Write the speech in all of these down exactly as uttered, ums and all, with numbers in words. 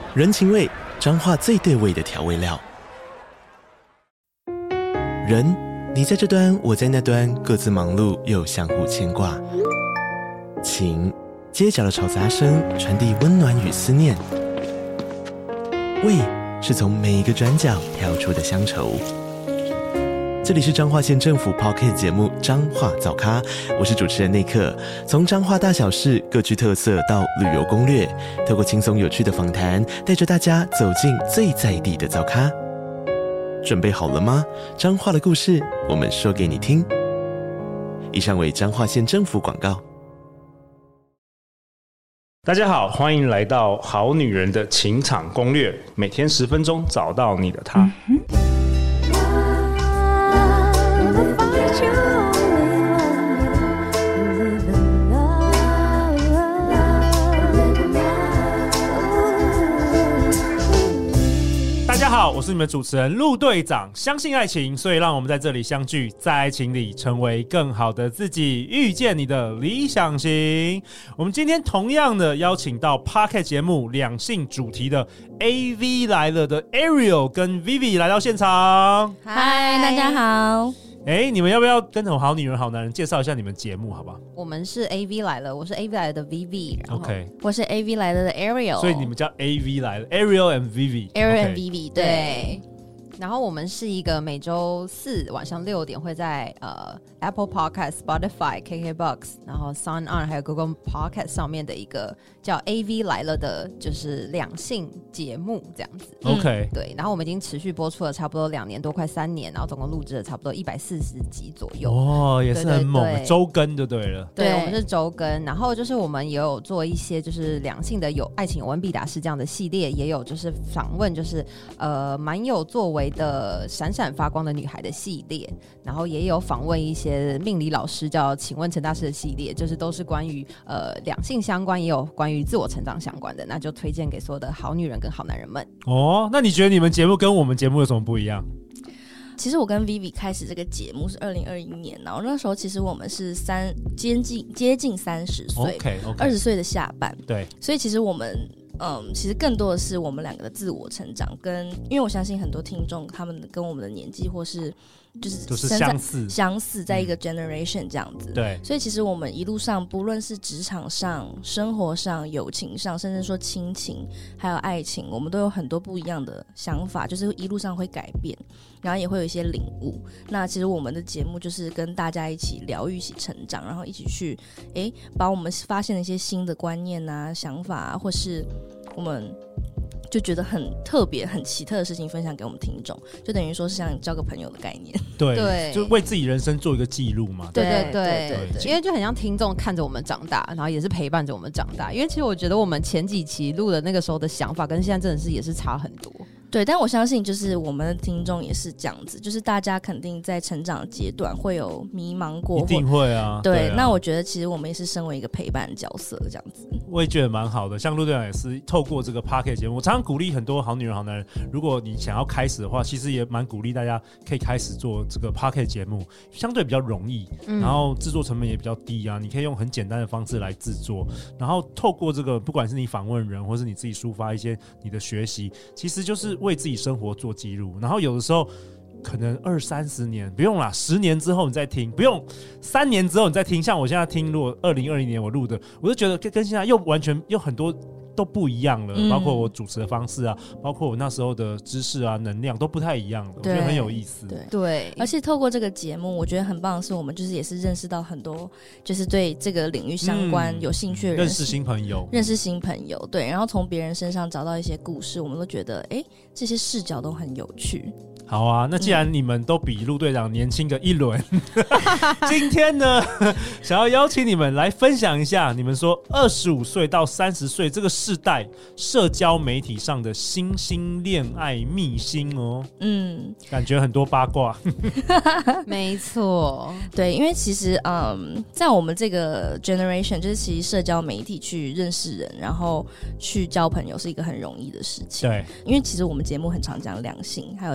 人情味，彰化最对味的调味料。人，你在这端，我在那端，各自忙碌又相互牵挂。情，街角的吵杂声传递温暖与思念。味，是从每一个转角跳出的乡愁。这里是彰化县政府 Podcast 节目《彰化早咖》，我是主持人内克。从彰化大小事各具特色到旅游攻略，透过轻松有趣的访谈，带着大家走进最在地的早咖。准备好了吗？彰化的故事，我们说给你听。以上为彰化县政府广告。 大家好，欢迎来到《好女人的情场攻略》，每天十分钟，找到你的他。嗯大家好，我是你们主持人陆队长。相信爱情，所以让我们在这里相聚，在爱情里成为更好的自己，遇见你的理想型。我们今天同样的邀请到 Podcast 节目两性主题的 A V 来了的 Ariel 跟 Vivi 来到现场。 嗨，大家好。 哎，你们要不要跟好女人好男人介绍一下你们节目好不好？ 我们是 A V 来了，我是 A V 来了的 Vivi， 然后 OK， 我是 A V 来了的 Ariel， 所以你们叫 A V 来了 Ariel and Vivi，Ariel and Vivi， 对。然后我们是一个每周四晚上六点会在呃 Apple Podcast、Spotify、K K Box， 然后 Sound On 还有 Google Podcast 上面的一个叫 A V 来了的，就是两性节目这样子。 OK， 对。然后我们已经持续播出了差不多两年多，快三年，然后总共录制了差不多一百四十集左右。 哦，也是很猛，对对对，周更就对了。 对，我们是周更。然后就是我们也有做一些就是两性的有爱情有问必答是这样的系列，也有就是访问就是呃蛮有作为的闪闪发光的女孩的系列，然后也有访问一些命理老师叫请问陈大师的系列，就是都是关于呃两性相关，也有关于自我成长相关的，那就推荐给所有的好女人跟好男人们。 哦，那你觉得你们节目跟我们节目有什么不一样？ 其实我跟 Vivi 开始这个节目是二零二一年，然后那时候其实我们是三接近接近三十岁，二十岁的下半， 对， 所以其实我们嗯，其实更多的是我们两个的自我成长，跟因为我相信很多听众他们跟我们的年纪或是就是都是相似相似在一个 generation 这样子、嗯， 对， 所以其实我们一路上不论是职场上、生活上、友情上，甚至说亲情还有爱情，我们都有很多不一样的想法，就是一路上会改变，然后也会有一些领悟。那其实我们的节目就是跟大家一起疗愈、一起成长，然后一起去哎把我们发现的一些新的观念啊、想法啊，或是我们就觉得很特别、很奇特的事情分享给我们听众，就等于说是像交个朋友的概念。 对，对，就为自己人生做一个记录嘛。 对对 对, 对, 对, 对，因为就很像听众看着我们长大，然后也是陪伴着我们长大。因为其实我觉得我们前几期录的那个时候的想法，跟现在真的是也是差很多。 对，但我相信就是我们的听众也是这样子，就是大家肯定在成长阶段会有迷茫过， 一定会啊。 对， 对啊， 那我觉得其实我们也是身为一个陪伴的角色这样子。 我也觉得蛮好的，像陆队长也是透过这个 Podcast 节目，我常常鼓励很多好女人好男人，如果你想要开始的话，其实也蛮鼓励大家可以开始做这个 Podcast 节目，相对比较容易、嗯、然后制作成本也比较低啊，你可以用很简单的方式来制作，然后透过这个不管是你访问人或是你自己抒发一些你的学习，其实就是为自己生活做记录，然后有的时候可能二三十年不用啦，十年之后你再听，不用三年之后你再听。像我现在听，如果二零二零年我录的，我就觉得跟现在又完全又很多都不一样了、嗯、包括我主持的方式啊，包括我那时候的知识啊能量都不太一样了，我觉得很有意思。 对, 对， 而且透过这个节目我觉得很棒的是，我们就是也是认识到很多就是对这个领域相关、嗯、有兴趣的人， 认识新朋友认识新朋友，对，然后从别人身上找到一些故事，我们都觉得哎，这些视角都很有趣。 好啊，那既然你们都比陆队长年轻个一轮、嗯、今天呢想要邀请你们来分享一下你们说二十五岁到三十岁这个世代社交媒体上的新兴恋爱秘辛哦。嗯，感觉很多八卦没错， 对，因为其实嗯，在我们这个 generation 就是其实社交媒体去认识人然后去交朋友是一个很容易的事情。 对， 因为其实我们节目很常讲两性还有就是恋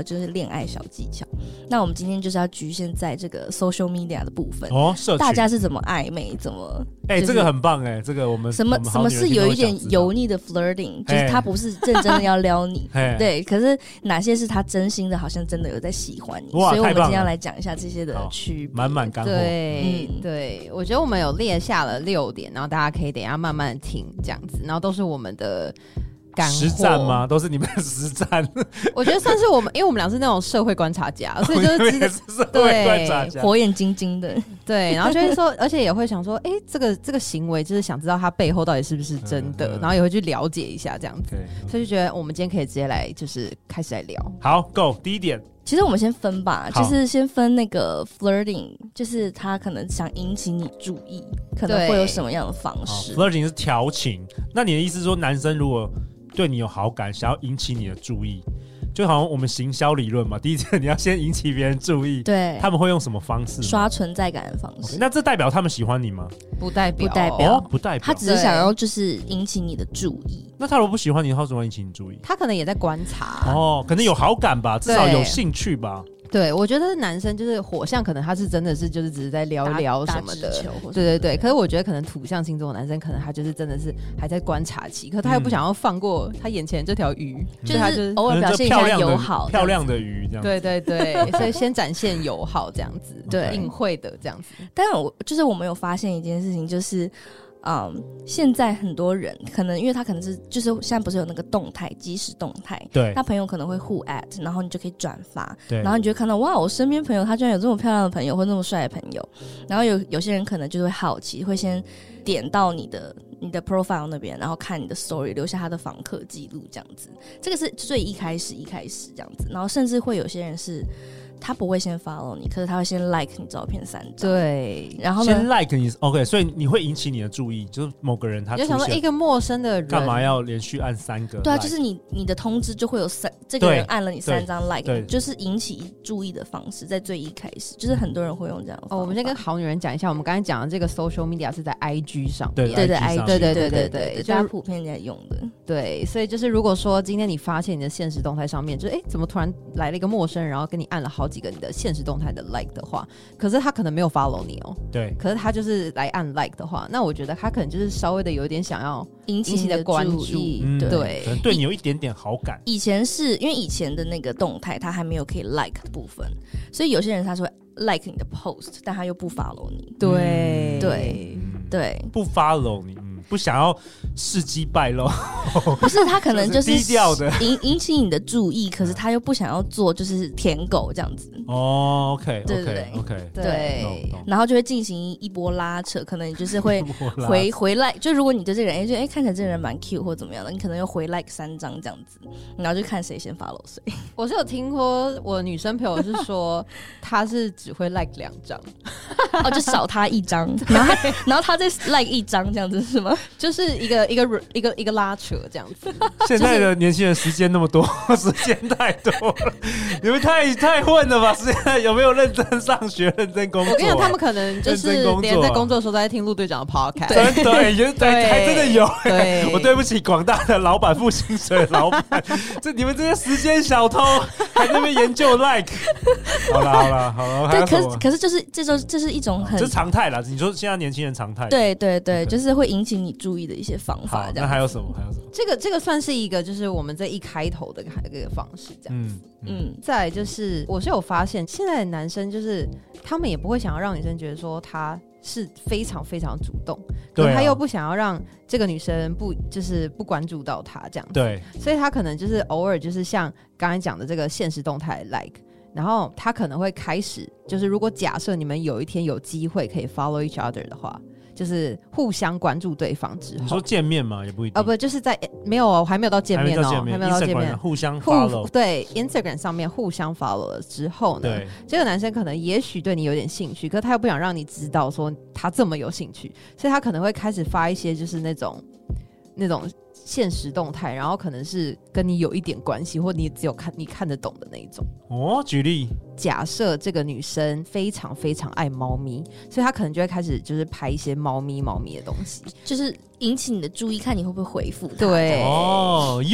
恋爱小技巧。那我们今天就是要局限在这个 social media 的部分哦，社群大家是怎么暧昧，怎么哎、 就是这个很棒哎、这个我们什么什么是有一点油腻的 flirting， 就是他不是认真的要撩你，对，可是哪些是他真心的，好像真的有在喜欢你，所以我们今天要来讲一下这些的区别， 满满干货。 对、嗯、对，我觉得我们有列下了六点，然后大家可以等一下慢慢听这样子，然后都是我们的干货。 实战吗？都是你们的实战。 我觉得算是我们，因为我们俩是那种社会观察家，所以就是知道是社会观察家， 火眼金睛的。 对，然后就会说，而且也会想说，哎、欸，这个这个行为就是想知道他背后到底是不是真的，嗯嗯、然后也会去了解一下这样子。Okay, 所以就觉得我们今天可以直接来，就是开始来聊。 好 ，Go 第一点。 其实我们先分吧，就是先分那个 flirting， 就是他可能想引起你注意，可能会有什么样的方式。 flirting 是调情，那你的意思是说，男生如果对你有好感，想要引起你的注意，就好像我们行销理论嘛，第一件你要先引起别人注意， 对， 他们会用什么方式？ 刷存在感的方式。 Okay, 那这代表他们喜欢你吗？ 不代表， 不代表， 哦、不代表， 他只是想要就是引起你的注意。 那他如果不喜欢你，他怎么引起你注意？ 他可能也在观察哦，可能有好感吧，至少有兴趣吧。 对，我觉得男生就是火象，可能他是真的是就是只是在聊聊什么的，对对对。可是我觉得可能土象星座的男生，可能他就是真的是还在观察期，可是他又不想要放过他眼前这条鱼， 嗯、 所以他就是偶尔表现一下友好， 漂亮的鱼这样子。 对对对，所以先展现友好这样子，对，隐晦的这样子。 但我就是我们有发现一件事情，就是。嗯，现在很多人可能因为他可能是就是现在不是有那个动态即时动态， 对， 他朋友可能会互 at， 然后你就可以转发， 对， 然后你就会看到哇，我身边朋友他居然有这么漂亮的朋友或那么帅的朋友，然后有有些人可能就会好奇，会先点到你的你的 profile 那边，然后看你的 story， 留下他的访客记录这样子，这个是最一开始一开始这样子，然后甚至会有些人是。他不会先 follow 你，可是他会先 like 你照片三张。 对， 然后呢先 like 你 ，OK， 所以你会引起你的注意，就是某个人他出现， 就想说一个陌生的人， 干嘛要连续按三个 like？ 对啊，就是你你的通知就会有三，这个人按了你三张 like， 就是引起注意的方式，在最一开始，就是很多人会用这样的方法。 哦，我们先跟好女人讲一下，我们刚才讲的这个 social media 是在 I G 上面， 对对对 ，I G 对对对对对， 大家普遍在用的。 对，所以就是如果说今天你发现你的现实动态上面，就是哎，怎么突然来了一个陌生人，然后跟你按了好几个你的现实动态的 like 的话，可是他可能没有 follow 你哦， 对， 可是他就是来按 like 的话，那我觉得他可能就是稍微的有一点想要引起你的关注， 嗯、 对， 可能对你有一点点好感。 以前是因为以前的那个动态，他还没有可以 like 的部分，所以有些人他说 like 你的 post， 但他又不 follow 你， 对、 嗯、对、嗯、对， 不 follow 你。不想要事迹败露， 不是他可能就是低调的引引起你的注意，可是他又不想要做就是舔狗这样子。 哦 ，OK， 对对对 ，OK， 对，然后就会进行一波拉扯，可能你就是会回回来，就如果你对这个人，哎，就哎看起来这个人蛮 cute 或怎么样的，你可能又回 like 三张这样子，然后就看谁先 follow 谁。 我是有听过我女生朋友是说，她是只会 like 两张， 哦，就少他一张，然后他然后他再 like 一张这样子是吗？ 就是一个一个一个一个拉扯这样子。 现在的年轻人时间那么多，时间太多了，你们太太混了吧？现在有没有认真上学、认真工作、啊？ 我跟你讲，他们可能就是连在工作的时候都在听陆队长的 podcast。 对对对，还真的有。 对， 我对不起广大的老板付薪水的老板，这你们这些时间小偷还在那边研究 like。好了好了好了， 对，可是可是就是这种这是一种很这是常态啦。你说现在年轻人常态， 对对对， okay. 就是会引起你注意的一些方法。 那还有什么？还有什么？ 这个这个算是一个，就是我们这一开头的一个方式，这样子。嗯嗯。再来就是，我是有发现，现在的男生就是他们也不会想要让女生觉得说他是非常非常主动，可是他又不想要让这个女生不就是不关注到他这样子。 对。所以他可能就是偶尔就是像刚才讲的这个现实动态 like。然后他可能会开始，就是如果假设你们有一天有机会可以 follow each other 的话，就是互相关注对方之后， 你说见面嘛，也不一定。 哦，不，就是在没有哦，还没有到见面哦，还没有到见面， 互相 follow， 对 Instagram 上面互相 follow 了之后呢，这个男生可能也许对你有点兴趣，可是他又不想让你知道说他这么有兴趣，所以他可能会开始发一些就是那种那种。现实动态，然后可能是跟你有一点关系，或你只有看你看得懂的那一种。 哦，举例， 假设这个女生非常非常爱猫咪，所以她可能就会开始就是拍一些猫咪猫咪的东西， 就是引起你的注意，看你会不会回复。 对， 哦，诱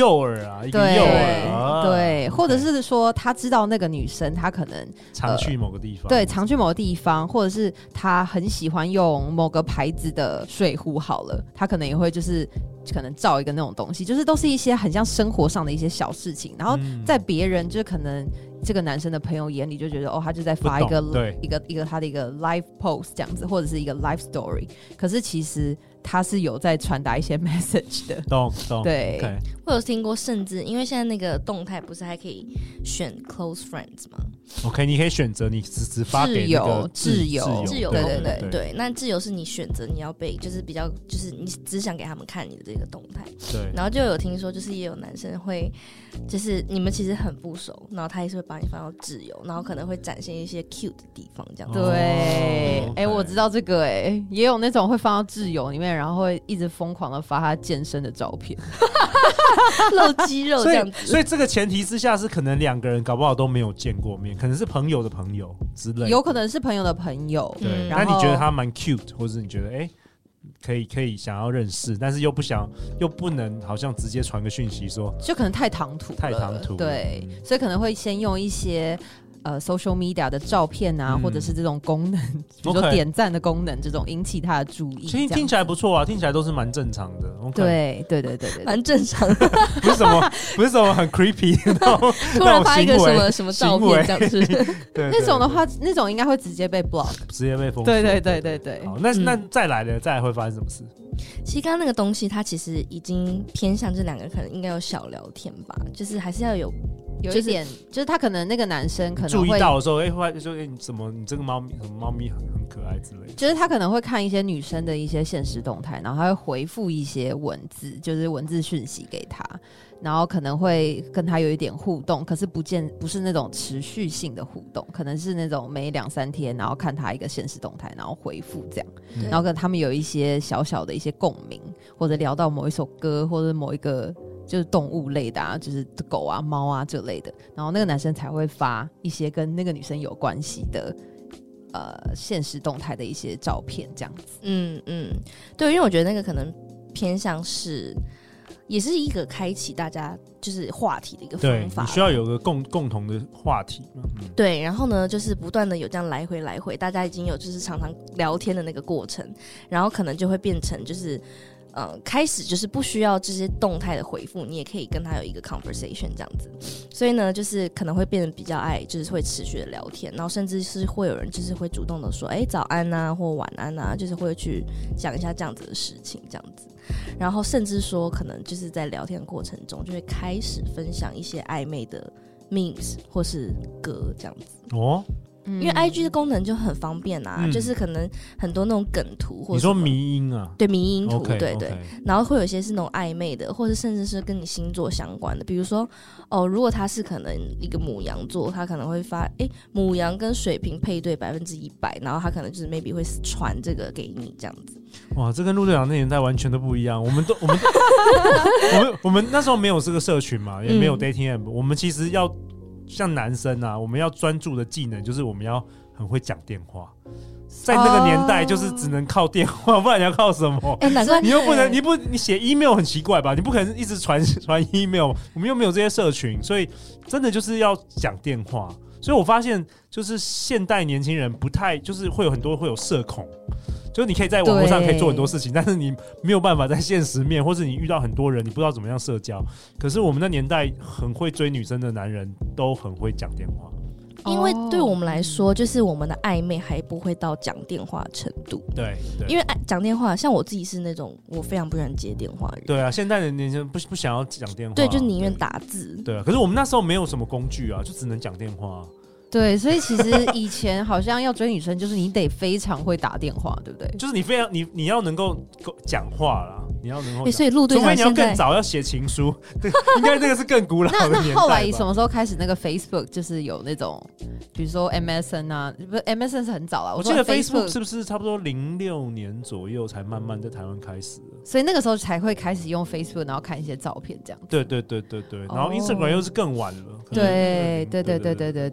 诱饵啊，一个对诱饵、啊， 对，或者是说他知道那个女生她可能常去某个地方， 对，常去某个地方，或者是他很喜欢用某个牌子的水壶，好了，他可能也会就是可能照一个那种东西，就是都是一些很像生活上的一些小事情，然后在别人就可能这个男生的朋友眼里就觉得哦，他就在发一个一个一个他的一个 live post 这样子，或者是一个 live story， 可是其实他是有在传达一些 message 的， 懂懂， 对。 Okay. 我有听过，甚至因为现在那个动态不是还可以选 close friends 吗 ？OK， 你可以选择你只只发给那个挚友， 挚友， 对对对对, 对。那挚友是你选择你要被，就是比较，就是你只想给他们看你的这个动态。 对。 然后就有听说，就是也有男生会，就是你们其实很不熟，然后他也是会把你放到挚友，然后可能会展现一些 cute 的地方，这样子。 对，哎、 哦 okay 欸，我知道这个、欸，哎，也有那种会放到挚友里面，然后会一直疯狂的发他健身的照片。 露肌肉这样子， 所以所以这个前提之下是可能两个人搞不好都没有见过面，可能是朋友的朋友之类的， 有可能是朋友的朋友。 对， 嗯、 那你觉得他蛮 cute， 或者你觉得哎、欸、可以可以想要认识，但是又不想又不能好像直接传个讯息说， 就可能太唐突了， 太唐突了， 对、嗯，所以可能会先用一些。呃 ，social media 的照片啊、嗯，或者是这种功能，比如说点赞的功能， okay. 这种引起他的注意。 其实听起来不错啊，听起来都是蛮正常的。Okay. 对对对对对， 蛮正常的， 不是什么不是什么很 creepy 那种， 突然发一个什么什么照片这样子。 对, 对, 对， 那种的话，那种应该会直接被 block， 直接被封锁。 对对对对对。 好，那、嗯、那再来的，再来会发生什么事？ 其实刚刚那个东西，它其实已经偏向这两个人可能应该有小聊天吧，就是还是要有。 有一点、就是，就是他可能那个男生可能注意到的时候，哎、欸，会说哎，你怎么你这个猫咪什么猫咪很很可爱之类的。 就是他可能会看一些女生的一些现实动态，然后他会回复一些文字，就是文字讯息给他，然后可能会跟他有一点互动，可是不见不是那种持续性的互动，可能是那种每两三天，然后看他一个现实动态，然后回复这样，然后跟他们有一些小小的一些共鸣，或者聊到某一首歌，或者某一个。就是动物类的啊，就是狗啊、猫啊这类的，然后那个男生才会发一些跟那个女生有关系的呃现实动态的一些照片，这样子。 嗯嗯，对，因为我觉得那个可能偏向是，也是一个开启大家就是话题的一个方法。 对，你需要有个共共同的话题嘛。嗯、 对，然后呢，就是不断的有这样来回来回，大家已经有就是常常聊天的那个过程，然后可能就会变成就是。呃，开始就是不需要这些动态的回复，你也可以跟他有一个 conversation 这样子，所以呢，就是可能会变得比较爱，就是会持续的聊天，然后甚至是会有人就是会主动的说，哎、欸，早安啊，或晚安啊，就是会去讲一下这样子的事情，这样子，然后甚至说可能就是在聊天的过程中就会开始分享一些暧昧的 memes 或是歌这样子哦。因为 I G 的功能就很方便啊、嗯，就是可能很多那种梗图或者你说迷因啊， 对迷因图， okay, 对对， okay. 然后会有一些是那种暧昧的，或者甚至是跟你星座相关的，比如说哦，如果他是可能一个牡羊座，他可能会发哎牡羊跟水瓶配对百分之一百，然后他可能就是 maybe 会传这个给你这样子。 哇，这跟陆队长那年代完全都不一样。我们都我们我们我们那时候没有这个社群嘛，也没有 dating app、嗯、我们其实要。像男生啊，我们要专注的技能就是我们要很会讲电话，在那个年代就是只能靠电话，不然你要靠什么？ 哎、欸，难怪你又不能，你不你写 email 很奇怪吧？你不可能一直传传 email， 我们又没有这些社群，所以真的就是要讲电话。所以我发现，就是现代年轻人不太，就是会有很多会有社恐。就是你可以在网络上可以做很多事情，但是你没有办法在现实面，或是你遇到很多人，你不知道怎么样社交。可是我们那年代很会追女生的男人都很会讲电话， 因为对我们来说，就是我们的暧昧还不会到讲电话程度。 对，对因为讲电话，像我自己是那种我非常不喜欢接电话的人。 对啊，现在的年轻人不不想要讲电话， 对，就宁愿打字。 对啊，可是我们那时候没有什么工具啊，就只能讲电话。 对，所以其实以前好像要追女生，就是你得非常会打电话，对不对？ 就是你非常你你要能够讲话啦，你要能够、欸。 所以陆队长， 除非你要更早要写情书，对，应该这个是更古老的年代。 那那后来什么时候开始那个 Facebook 就是有那种，比如说 M S N 啊，不是 M S N 是很早啦。 我记得 Facebook 是不是差不多零六年左右才慢慢在台湾开始？ 所以那个时候才会开始用 Facebook， 然后看一些照片这样子。 对对对对对，然后 Instagram 又是更晚了。 对对对对对对对。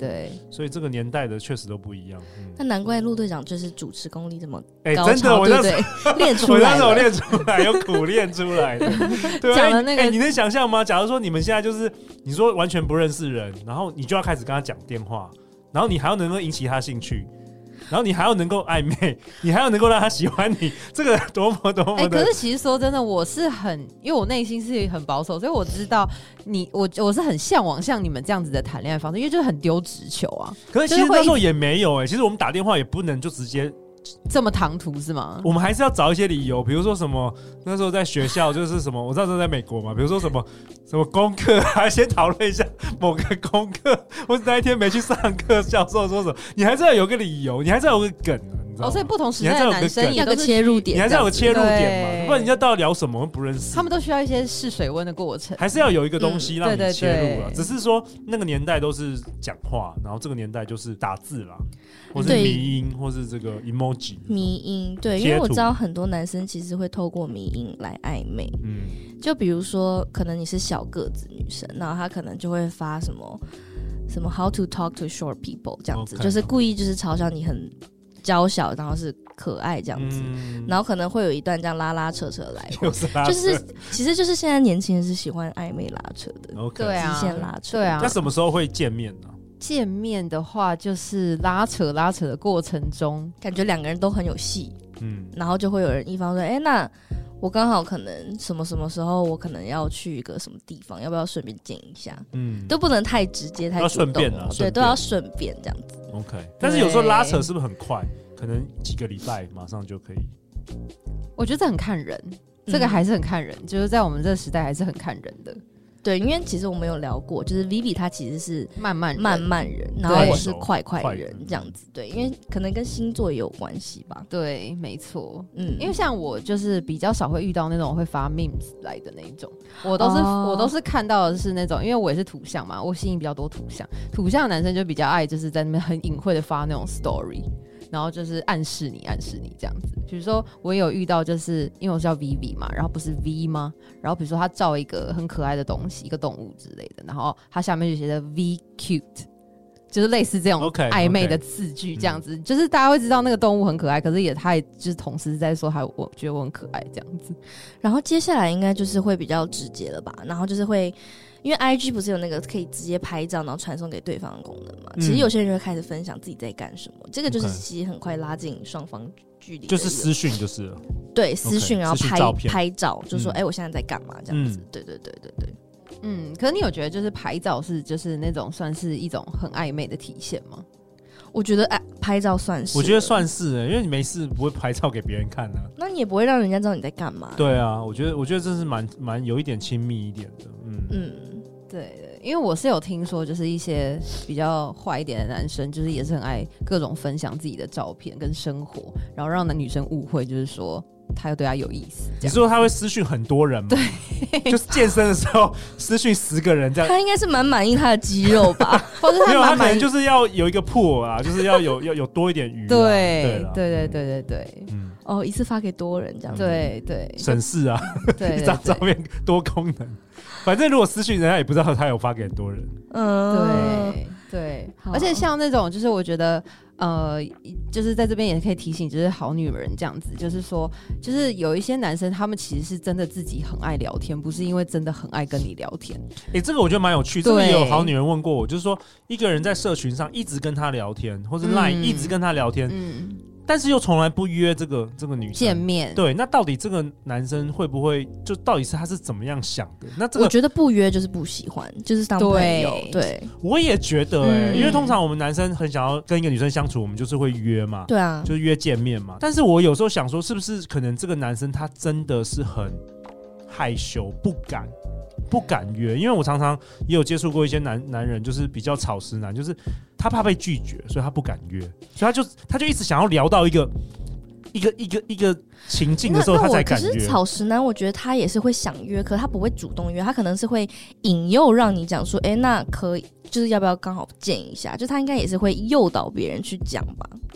所以这个年代的确实都不一样。嗯、 那难怪陆队长就是主持功力这么哎、 高超， 欸、真的，我那时候练出来了， 我那时候练出来，有苦练出来的。对讲的那个、 欸，你能想象吗？假如说你们现在就是你说完全不认识人，然后你就要开始跟他讲电话，然后你还要能够引起他兴趣。然后你还要能够暧昧，你还要能够让他喜欢你，这个多么多么的。 哎、欸，可是其实说真的，我是很，因为我内心是很保守，所以我知道你，我我是很向往像你们这样子的谈恋爱方式，因为就是很丢直球啊。 可是其实那时候也没有哎、欸，其实我们打电话也不能就直接这么唐突是吗？ 我们还是要找一些理由，比如说什么那时候在学校就是什么，我那时候在美国嘛，比如说什么什么功课，还先讨论一下某个功课，或者那一天没去上课，教授说什么，你还是要有个理由，你还是要有个梗啊。 哦，所以不同时代的男生也有个切入点， 你还是要有个切入点嘛，不然人家到底聊什么不认识， 他们都需要一些试水温的过程， 还是要有一个东西让你切入啊。 嗯、对对对， 只是说那个年代都是讲话，然后这个年代就是打字啦，或是迷音，或是这个 emoji 迷音。对，因为我知道很多男生其实会透过迷音来暧昧，嗯，就比如说可能你是小个子女生，然后他可能就会发什么什么 how to talk to short people 这样子， okay. 就是故意就是嘲笑你很娇小，然后是可爱这样子、嗯，然后可能会有一段这样拉拉扯扯来回， 就是拉扯就是其实就是现在年轻人是喜欢暧昧拉扯的， okay. 对啊， 极限拉扯， 对啊。 那什么时候会见面呢？ 见面的话，就是拉扯拉扯的过程中， 感觉两个人都很有戏，嗯，然后就会有人一方说，哎、欸，那我刚好可能什么什么时候我可能要去一个什么地方，要不要顺便见一下？嗯，都不能太直接太主动， 要顺便啊， 对，都要顺便这样子。 OK， 但是有时候拉扯是不是很快？可能几个礼拜马上就可以。 我觉得这很看人，这个还是很看人，嗯、就是在我们这个时代还是很看人的。 对，因为其实我们有聊过，就是 Vivi 她其实是慢慢人慢慢人，然后我是快快人这样子。对，因为可能跟星座也有关系吧。 对，没错。嗯，因为像我就是比较少会遇到那种会发 memes 来的那一种，我都是、哦、我都是看到的是那种，因为我也是土象嘛，我吸引比较多土象，土象的男生就比较爱就是在那边很隐晦的发那种 story。然后就是暗示你，暗示你这样子。比如说，我也有遇到，就是因为我是叫 Vivi 嘛，然后不是 V 吗？然后比如说他照一个很可爱的东西，一个动物之类的，然后他下面就写着 V cute， 就是类似这种暧昧的字句这样子。Okay, okay. 就是大家会知道那个动物很可爱，可是也他也就是同时在说他我觉得我很可爱这样子。 然后接下来应该就是会比较直接了吧？然后就是会。因为 I G 不是有那个可以直接拍照然后传送给对方的功能嘛、嗯、其实有些人就会开始分享自己在干什么，这个就是其实很快拉近双方距离， 就是私讯就是了， 对，私讯、okay, 然后拍照拍照就说哎、嗯欸、我现在在干嘛这样子、嗯、对对对对对。 嗯，可是你有觉得就是拍照是就是那种算是一种很暧昧的体现吗？ 我觉得哎，拍照算是， 我觉得算是、欸，因为你没事不会拍照给别人看啊， 那你也不会让人家知道你在干嘛。 对啊，我觉得我觉得这是蛮蛮有一点亲密一点的，嗯嗯，对对，因为我是有听说，就是一些比较坏一点的男生，就是也是很爱各种分享自己的照片跟生活，然后让那女生误会，就是说。他又对他有意思， 你说他会私讯很多人吗？ 对， 就是健身的时候私讯十个人这样。 他应该是蛮满意他的肌肉吧， 或者他没有，他可能就是要有一个破啊，就是要有要有多一点鱼、啊。 对对对对对对， 嗯，哦，一次发给多人这样子， 对对， 省事啊， 对， 一张照片多功能。反正如果私讯人家也不知道他有发给很多人。 嗯，对对，而且像那种就是我觉得。呃，就是在这边也可以提醒，就是好女人这样子，就是说，就是有一些男生，他们其实是真的自己很爱聊天，不是因为真的很爱跟你聊天。 哎、欸，这个我觉得蛮有趣，这个也有好女人问过我，就是说，一个人在社群上一直跟他聊天，或者 Line 一直跟他聊天，嗯。但是又从来不约这个这个女生见面， 对，那到底这个男生会不会就到底是他是怎么样想的？那这个我觉得不约就是不喜欢，就是当朋友。对，对我也觉得哎、欸嗯，因为通常我们男生很想要跟一个女生相处，我们就是会约嘛， 对啊， 就是约见面嘛。但是我有时候想说，是不是可能这个男生他真的是很害羞，不敢。不敢约，因为我常常也有接触过一些男男人，就是比较草食男，就是他怕被拒绝，所以他不敢约，所以他就他就一直想要聊到一个一个一个一个情境的时候，他才敢约。 可是草食男，我觉得他也是会想约，可他不会主动约，他可能是会引诱让你讲说，哎、欸，那可以，就是要不要刚好见一下？就他应该也是会诱导别人去讲吧。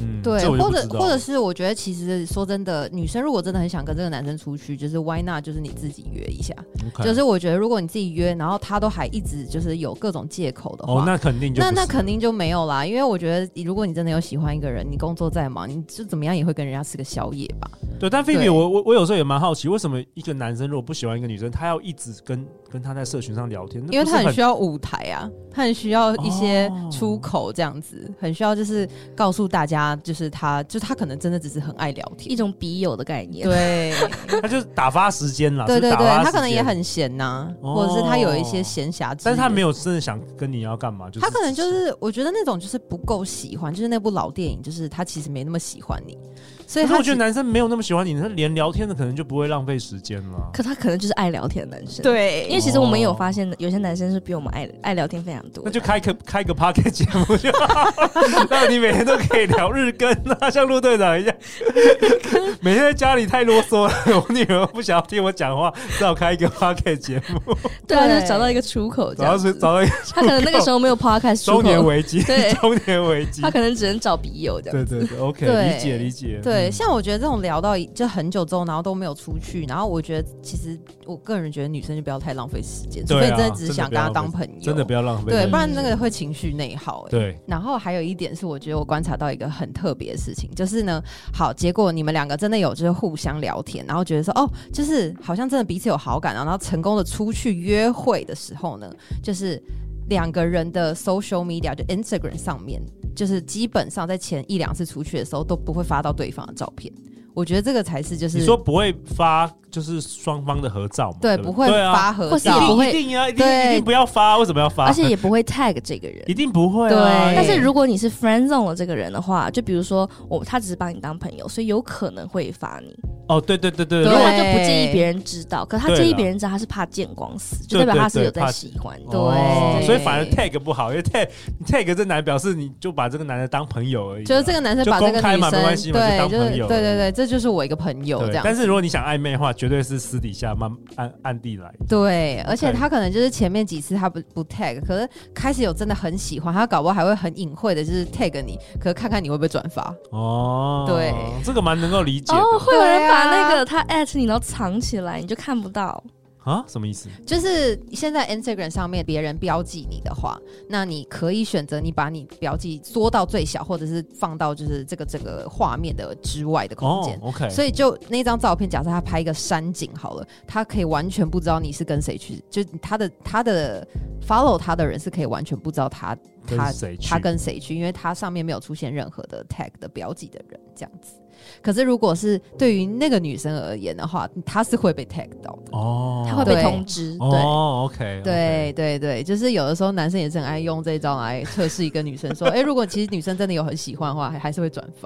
嗯， 对，或者或者是是我觉得其实说真的，女生如果真的很想跟这个男生出去，就是 why not 就是你自己约一下。Okay. 就是我觉得如果你自己约，然后他都还一直就是有各种借口的话， 哦，那肯定就那那肯定就没有啦。因为我觉得如果你真的有喜欢一个人，你工作再忙，你就怎么样也会跟人家吃个宵夜吧。 对，但菲比，我我我有时候也蛮好奇，为什么一个男生如果不喜欢一个女生，他要一直跟跟他在社群上聊天？ 因为他很需要舞台啊，他很需要一些出口这样子，哦、很需要就是告诉大家，就是他，就他可能真的只是很爱聊天， 一种笔友的概念。 对， 他就是打发时间啦。 对对对，他可能也很很闲呐、啊哦，或者是他有一些闲暇之余， 但是他没有真的想跟你要干嘛，就是他可能就是我觉得那种就是不够喜欢，就是那部老电影，就是他其实没那么喜欢你。所以他我觉得男生没有那么喜欢你，他连聊天的可能就不会浪费时间了。 可他可能就是爱聊天的男生， 对， 因为其实我们也有发现，有些男生是比我们爱爱聊天非常多。 那就开个开个 podcast 节目就好，让你每天都可以聊日更啊，像陆队长一样，每天在家里太啰嗦了，我女儿不想要听我讲话，只好开一个 podcast 节目。 对啊，就找到一个出口， 找到找到一个出口。 他可能那个时候没有 podcast 出口， 中年危机， 对， 中年危机， 他可能只能找笔友这样。 对对对 ，OK， 理解理解。 对，嗯、像我觉得这种聊到就很久之后，然后都没有出去，然后我觉得其实我个人觉得女生就不要太浪费时间，除非你真的只是想跟他当朋友， 真的不要浪费， 对，不然那个会情绪内耗、欸。 对。 然后还有一点是，我觉得我观察到一个很特别的事情，就是呢，好，结果你们两个真的有就是互相聊天，然后觉得说哦，就是好像真的彼此有好感，然后成功的出去约会的时候呢，就是两个人的 social media 就 Instagram 上面，就是基本上在前一两次出去的时候都不会发到对方的照片。我觉得这个才是就是你说不会发就是双方的合照嘛？ 对， 对不不会发合照， 也不会一定啊，一定一定不要发，为什么要发？ 而且也不会 tag 这个人， 一定不会、啊。 对， 但是如果你是 friend zone 了这个人的话，就比如说我他只是把你当朋友，所以有可能会发你。 哦，对对对对， 如果就不介意别人知道，可他介意别人知道，他是怕见光死，就代表他是有在喜欢。 对， 哦、所以反而 tag 不好，因为 tag tag 这男表示你就把这个男的当朋友而已， 就是这个男生把这个女生没关系嘛， 对， 就当朋友， 对对对，这就是我一个朋友这样。 但是如果你想暧昧的话，绝对是私底下慢暗暗地来。 对，而且他可能就是前面几次他不不 tag， 可是开始有真的很喜欢，他搞不好还会很隐晦的，就是 tag 你，可是看看你会不会转发。 哦， 对， 这个蛮能够理解的。 哦，会有人把那个他 at 你，然后藏起来，你就看不到。 啊，什么意思？ 就是现在 Instagram 上面别人标记你的话，那你可以选择你把你标记缩到最小，或者是放到就是这个这个画面的之外的空间。 哦 OK， 所以就那张照片，假设他拍一个山景好了，他可以完全不知道你是跟谁去，就他的他的 follow 他的人是可以完全不知道他他他跟谁去，因为他上面没有出现任何的 tag 的标记的人这样子。可是如果是对于那个女生而言的话，她是会被 tag 到的哦，她会被通知。对哦 ，OK， 对对对，就是有的时候男生也是很爱用这招来测试一个女生，说，哎、欸，如果其实女生真的有很喜欢的话，还还是会转发。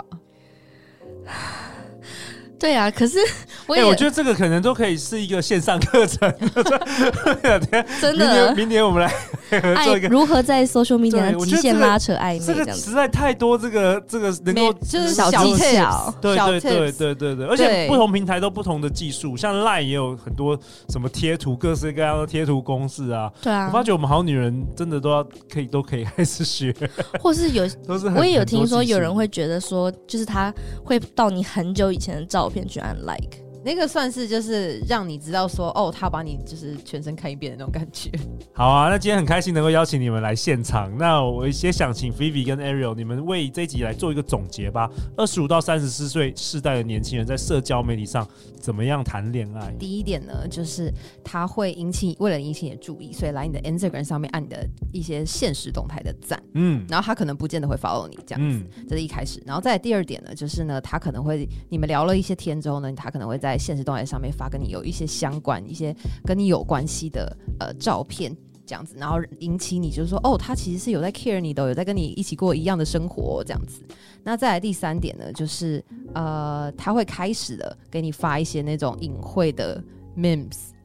对啊，可是我也、 欸、我觉得这个可能都可以是一个线上课程。 真的， 明年明年我们来合作一个如何在 social media 的极限拉扯暧昧， 这个实在太多，这个这个能够就是小技巧， 对对对对对对，而且不同平台都不同的技术，像 Line 也有很多什么贴图，各式各样的贴图公式啊。 对啊， 我发觉我们好女人真的都要可以都可以开始学， 或是有都是我也有听说有人会觉得说，就是他会到你很久以前的照片去按 like。 那个算是就是让你知道说哦，他把你就是全身看一遍的那种感觉。 好啊，那今天很开心能够邀请你们来现场。那我也想请 Vivi 跟 Ariel 你们为这一集来做一个总结吧。二十五到三十四岁世代的年轻人在社交媒体上怎么样谈恋爱？ 第一点呢，就是他会引起为了引起你的注意，所以来你的 Instagram 上面按你的一些限时动态的赞，嗯，然后他可能不见得会 follow 你这样子，嗯、这是一开始。然后再来第二点呢，就是呢，他可能会你们聊了一些天之后呢，他可能会在现实动态上面发跟你有一些相关、一些跟你有关系的呃照片，这样子，然后引起你就是说，哦，他其实是有在 care 你的，有在跟你一起过一样的生活、哦、这样子。那再来第三点呢，就是呃，他会开始的给你发一些那种隐晦的 memes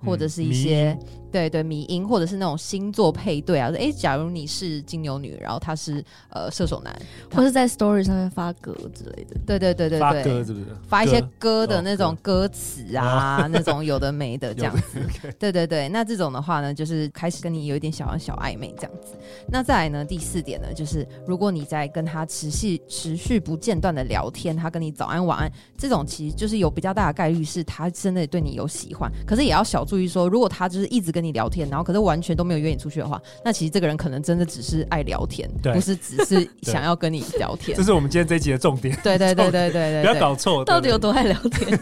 或者是一些、嗯、对对迷因，或者是那种星座配对啊，哎，假如你是金牛女，然后他是呃射手男， 或是在 story 上面发歌之类的， 对对对对对， 发歌是不是？ 发一些歌的那种歌词啊，哦、那种有的没的这样子，对对对，那这种的话呢，就是开始跟你有一点小小暧昧这样子。那再来呢，第四点呢，就是如果你在跟他持续持续不间断的聊天，他跟你早安晚安，这种其实就是有比较大的概率是他真的对你有喜欢，可是也要小注意说，如果他就是一直跟你聊天，然后可是完全都没有约你出去的话，那其实这个人可能真的只是爱聊天，不是只是想要跟你聊天。 这是我们今天这一集的重点。 对对对对对 对, 对， 不要搞错， 到底有多爱聊天？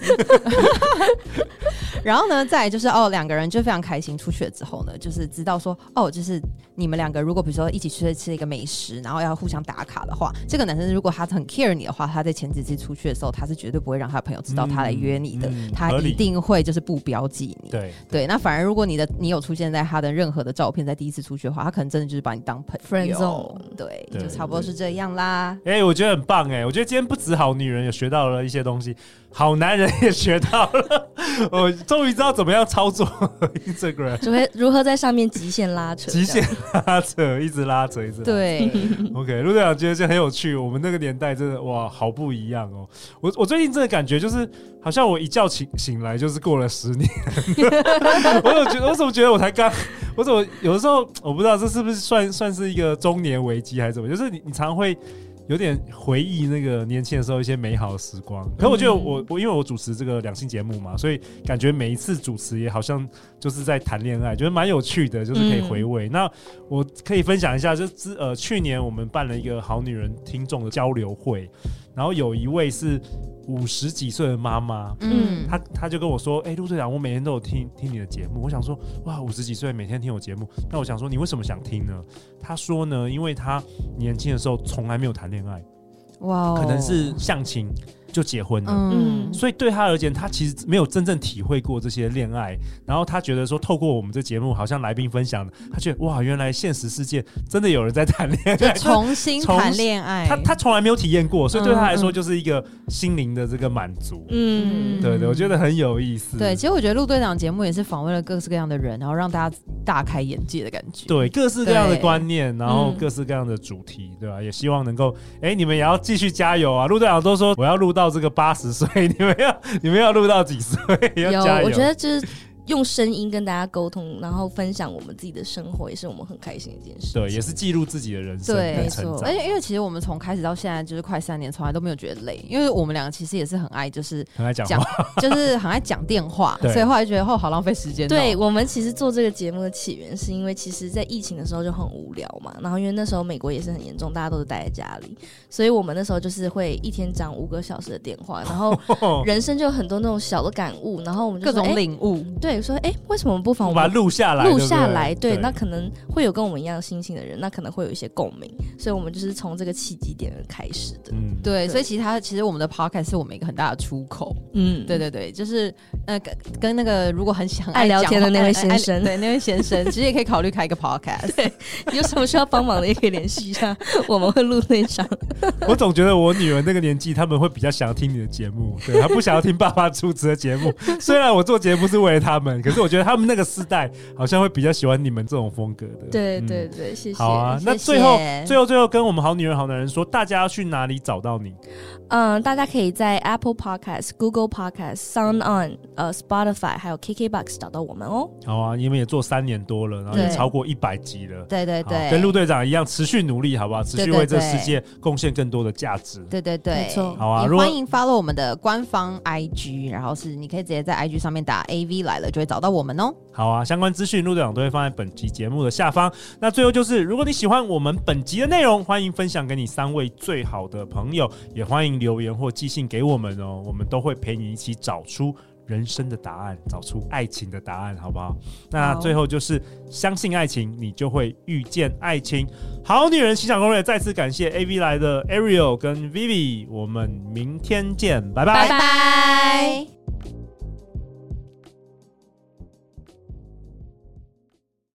然后呢，再来就是哦，两个人就非常开心出去了之后呢，就是知道说哦，就是你们两个如果比如说一起去吃一个美食，然后要互相打卡的话，这个男生如果他很 care 你的话，他在前几次出去的时候，他是绝对不会让他的朋友知道他来约你的，嗯嗯、他一定会就是不标记你。 对对，那反而如果你的你有出现在他的任何的照片，在第一次出去的话，他可能真的就是把你当朋友。 friend zone， 对，对就差不多是这样啦。 哎、欸，我觉得很棒哎、欸，我觉得今天不止好女人也学到了一些东西，好男人也学到了，我终于知道怎么样操作 Instagram， 如何如何在上面极限拉扯， 极限拉扯，一直拉扯，一直拉扯。 对 ，OK， 陆队长觉得这很有趣，我们那个年代真的哇，好不一样哦。我我最近真的感觉就是，好像我一觉醒醒来就是过了十年。我怎么觉得？我怎么觉得我才刚？我怎么有的时候我不知道这是不是算算是一个中年危机还是怎么？就是你你常常会有点回忆那个年轻的时候一些美好的时光。可是我觉得我我因为我主持这个两性节目嘛，所以感觉每一次主持也好像就是在谈恋爱，觉得蛮有趣的，就是可以回味。嗯、那我可以分享一下，就是呃去年我们办了一个好女人听众的交流会，然后有一位是五十几岁的妈妈，嗯，她她就跟我说，哎、欸，陆队长，我每天都有听听你的节目。我想说，哇，五十几岁每天听我节目，那我想说，你为什么想听呢？她说呢，因为她年轻的时候从来没有谈恋爱，哇，可能是相亲就结婚了，嗯，所以对他而言，他其实没有真正体会过这些恋爱，然后他觉得说，透过我们这节目，好像来宾分享的，他觉得哇，原来现实世界真的有人在谈恋爱， 就重新谈恋爱， 他他从来没有体验过，所以对他来说就是一个心灵的这个满足，嗯，对对，我觉得很有意思。 对，其实我觉得陆队长节目也是访问了各式各样的人，然后让大家大开眼界的感觉， 对，各式各样的观念，然后各式各样的主题，对吧、啊？也希望能够，哎，你们也要继续加油啊！陆队长都说我要录到这个八十岁，你们要你们要录到几岁？要加油！ 我觉得就是用声音跟大家沟通，然后分享我们自己的生活，也是我们很开心的一件事。 对，也是记录自己的人生， 对，没错。而且因为其实我们从开始到现在就是快三年，从来都没有觉得累，因为我们两个其实也是很爱，就是很爱讲话， 就是很爱讲电话，所以后来觉得哦，好浪费时间。 对，我们其实做这个节目的起源是因为，其实在疫情的时候就很无聊嘛，然后因为那时候美国也是很严重，大家都是待在家里，所以我们那时候就是会一天讲五个小时的电话，然后人生就有很多那种小的感悟，然后我们就各种领悟。 对，说哎，为什么不妨我把它录下来， 录下来， 对, 对, 对，那可能会有跟我们一样心情的人，那可能会有一些共鸣，所以我们就是从这个契机点而开始的。 嗯，对，对所以其实它其实我们的 podcast 是我们一个很大的出口。嗯，对对对，就是呃跟跟那个如果很想爱聊天的那位先生， 对那位先生，其实也可以考虑开一个 podcast。 对，有什么需要帮忙的也可以联系一下，我们会录那场。 我总觉得我女儿那个年纪，他们会比较想要听你的节目，对，她不想要听爸爸主持的节目。虽然我做节目是为了他们，可是我觉得他们那个世代好像会比较喜欢你们这种风格的。 对对对，嗯、谢谢。 好啊，那最后最后最后跟我们好女人好男人说，大家要去哪里找到你？ 嗯，大家可以在 Apple Podcast、Google Podcast、Sound On、呃 Spotify 还有 K K Box 找到我们哦。 好啊，你们也做三年多了，然后也超过一百集了。 对对对， 跟陆队长一样，持续努力，好不好？持续为这个世界贡献更多的价值。 对对对， 没错。 好啊， 也欢迎 follow 我们的官方 I G， 然后是你可以直接在 I G 上面打 A V 来了，就会找到我们哦。 好啊，相关资讯陆队长都会放在本集节目的下方。那最后就是，如果你喜欢我们本集的内容，欢迎分享给你三位最好的朋友，也欢迎留言或寄信给我们哦，我们都会陪你一起找出人生的答案，找出爱情的答案，好不好？那最后就是相信爱情，你就会遇见爱情。好女人情场攻略，再次感谢 A V 来的 Ariel 跟 Vivi， 我们明天见，拜拜， 拜拜。